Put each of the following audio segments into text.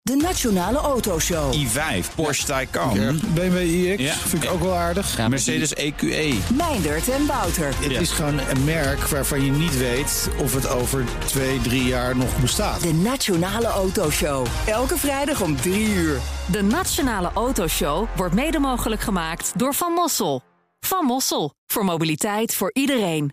De Nationale Autoshow. i5, Porsche Taycan. BMW iX, vind ik ook wel aardig. Ja, Mercedes EQE. Meindert en Wouter. Het is gewoon een merk waarvan je niet weet of het over 2-3 jaar nog bestaat. De Nationale Autoshow. Elke vrijdag om 3 uur. De Nationale Autoshow wordt mede mogelijk gemaakt door Van Mossel. Van Mossel, voor mobiliteit voor iedereen.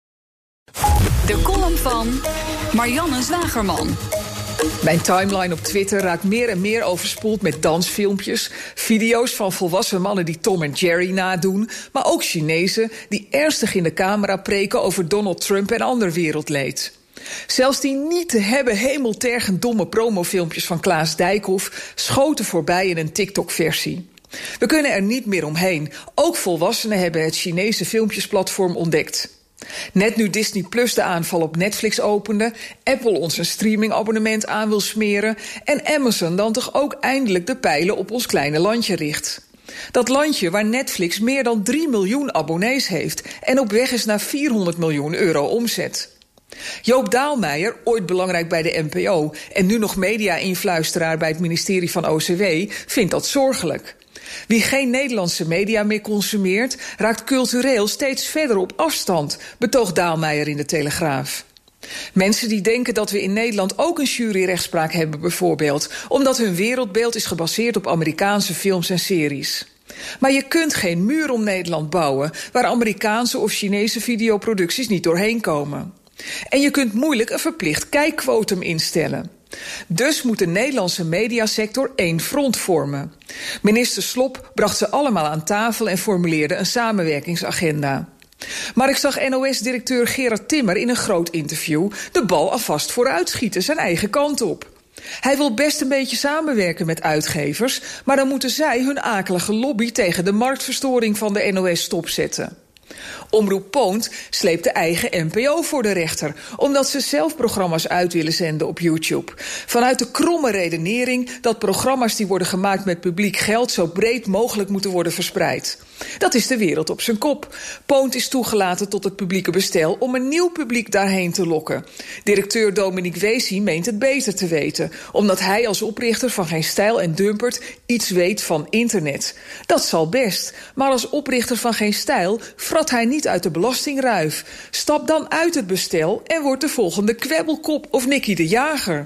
De column van Marianne Zwagerman. Mijn timeline op Twitter raakt meer en meer overspoeld met dansfilmpjes, video's van volwassen mannen die Tom en Jerry nadoen, maar ook Chinezen die ernstig in de camera preken over Donald Trump en ander wereldleed. Zelfs die niet te hebben hemeltergend domme promofilmpjes van Klaas Dijkhoff schoten voorbij in een TikTok-versie. We kunnen er niet meer omheen. Ook volwassenen hebben het Chinese filmpjesplatform ontdekt. Net nu Disney Plus de aanval op Netflix opende, Apple ons een streamingabonnement aan wil smeren en Amazon dan toch ook eindelijk de pijlen op ons kleine landje richt. Dat landje waar Netflix meer dan 3 miljoen abonnees heeft en op weg is naar 400 miljoen euro omzet. Joop Daalmeijer, ooit belangrijk bij de NPO en nu nog media-influisteraar bij het ministerie van OCW, vindt dat zorgelijk. Wie geen Nederlandse media meer consumeert, raakt cultureel steeds verder op afstand, betoogt Daalmeijer in de Telegraaf. Mensen die denken dat we in Nederland ook een juryrechtspraak hebben bijvoorbeeld, omdat hun wereldbeeld is gebaseerd op Amerikaanse films en series. Maar je kunt geen muur om Nederland bouwen waar Amerikaanse of Chinese videoproducties niet doorheen komen. En je kunt moeilijk een verplicht kijkquotum instellen. Dus moet de Nederlandse mediasector één front vormen. Minister Slop bracht ze allemaal aan tafel en formuleerde een samenwerkingsagenda. Maar ik zag NOS-directeur Gerard Timmer in een groot interview de bal alvast vooruitschieten, zijn eigen kant op. Hij wil best een beetje samenwerken met uitgevers, maar dan moeten zij hun akelige lobby tegen de marktverstoring van de NOS stopzetten. Omroep Poont sleept de eigen NPO voor de rechter, omdat ze zelf programma's uit willen zenden op YouTube. Vanuit de kromme redenering dat programma's die worden gemaakt met publiek geld zo breed mogelijk moeten worden verspreid. Dat is de wereld op zijn kop. Poont is toegelaten tot het publieke bestel om een nieuw publiek daarheen te lokken. Directeur Dominique Weesie meent het beter te weten, omdat hij als oprichter van Geen Stijl en Dumpert iets weet van internet. Dat zal best, maar als oprichter van Geen Stijl frat hij niet uit de belastingruif. Stap dan uit het bestel en word de volgende Kwebbelkop of Nicky de Jager.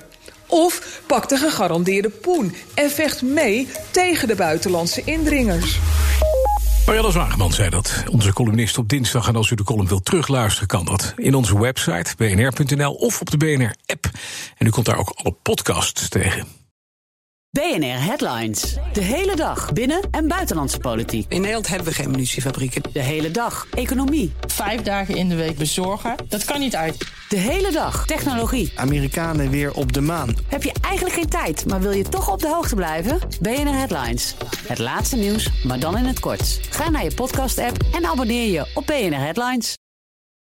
Of pak de gegarandeerde poen en vecht mee tegen de buitenlandse indringers. Marianne Zwageman zei dat, onze columnist op dinsdag. En als u de column wilt terugluisteren, kan dat in onze website bnr.nl of op de BNR-app. En u komt daar ook alle podcasts tegen. BNR Headlines. De hele dag binnen- en buitenlandse politiek. In Nederland hebben we geen munitiefabrieken. De hele dag economie. 5 dagen in de week bezorgen, dat kan niet uit. De hele dag technologie. Amerikanen weer op de maan. Heb je eigenlijk geen tijd, maar wil je toch op de hoogte blijven? BNR Headlines. Het laatste nieuws, maar dan in het kort. Ga naar je podcast-app en abonneer je op BNR Headlines.